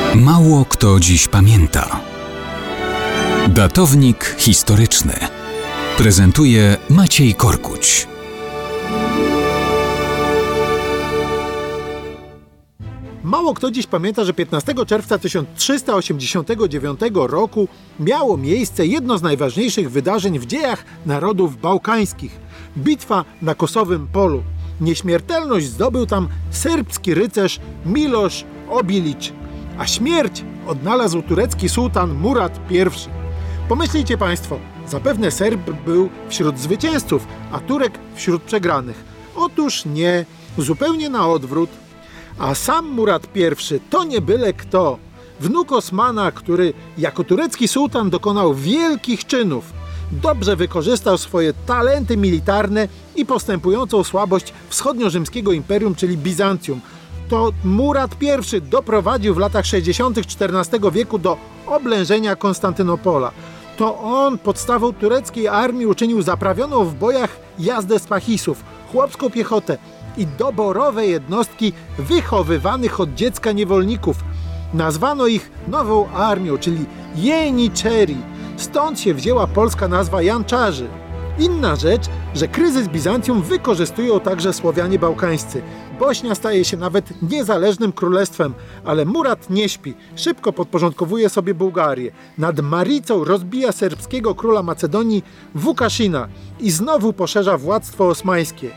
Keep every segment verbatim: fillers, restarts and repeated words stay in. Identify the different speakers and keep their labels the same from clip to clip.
Speaker 1: Mało kto dziś pamięta. Datownik historyczny prezentuje Maciej Korkuć.
Speaker 2: Mało kto dziś pamięta, że piętnastego czerwca tysiąc trzysta osiemdziesiątego dziewiątego roku miało miejsce jedno z najważniejszych wydarzeń w dziejach narodów bałkańskich – bitwa na Kosowym Polu. Nieśmiertelność zdobył tam serbski rycerz Miloš Obilić, a śmierć odnalazł turecki sułtan Murat pierwszy. Pomyślcie Państwo, zapewne Serb był wśród zwycięzców, a Turek wśród przegranych. Otóż nie, zupełnie na odwrót. A sam Murat pierwszy to nie byle kto. Wnuk Osmana, który jako turecki sułtan dokonał wielkich czynów. Dobrze wykorzystał swoje talenty militarne i postępującą słabość wschodnio-rzymskiego imperium, czyli Bizancjum. To Murat pierwszy doprowadził w latach sześćdziesiątych czternastego wieku do oblężenia Konstantynopola. To on podstawą tureckiej armii uczynił zaprawioną w bojach jazdę spachisów, chłopską piechotę i doborowe jednostki wychowywanych od dziecka niewolników. Nazwano ich nową armią, czyli Jeniczeri. Stąd się wzięła polska nazwa Janczarzy. Inna rzecz, że kryzys Bizancjum wykorzystują także Słowianie bałkańscy. Bośnia staje się nawet niezależnym królestwem, ale Murat nie śpi. Szybko podporządkowuje sobie Bułgarię. Nad Maricą rozbija serbskiego króla Macedonii Wukaszyna i znowu poszerza władztwo osmańskie.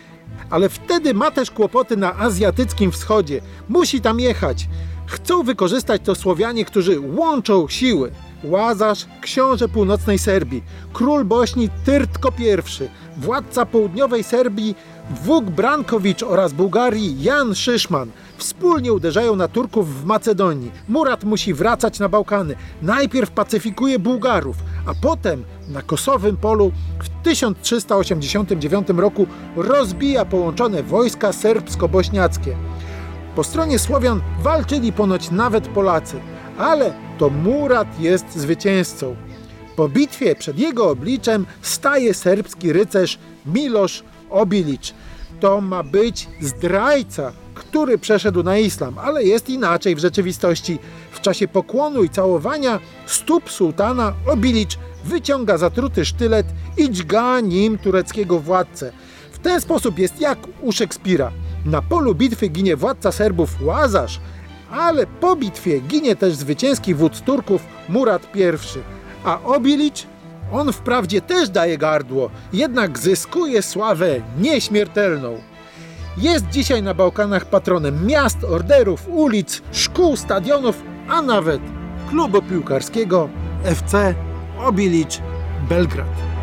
Speaker 2: Ale wtedy ma też kłopoty na azjatyckim wschodzie. Musi tam jechać. Chcą wykorzystać to Słowianie, którzy łączą siły. Łazarz, książę północnej Serbii, król Bośni Tyrtko pierwszy, władca południowej Serbii Vuk Brankowicz oraz Bułgarii Jan Szyszman wspólnie uderzają na Turków w Macedonii. Murat musi wracać na Bałkany. Najpierw pacyfikuje Bułgarów, a potem na Kosowym Polu w tysiąc trzysta osiemdziesiątym dziewiątym roku rozbija połączone wojska serbsko-bośniackie. Po stronie Słowian walczyli ponoć nawet Polacy, ale to Murat jest zwycięzcą. Po bitwie przed jego obliczem staje serbski rycerz Miloš Obilić. To ma być zdrajca, który przeszedł na islam, ale jest inaczej w rzeczywistości. W czasie pokłonu i całowania stóp sułtana Obilić wyciąga zatruty sztylet i dźga nim tureckiego władcę. W ten sposób jest jak u Szekspira. Na polu bitwy ginie władca Serbów Łazarz, ale po bitwie ginie też zwycięski wódz Turków Murat pierwszy. A Obilić? On wprawdzie też daje gardło, jednak zyskuje sławę nieśmiertelną. Jest dzisiaj na Bałkanach patronem miast, orderów, ulic, szkół, stadionów, a nawet klubu piłkarskiego F C Obilić Belgrad.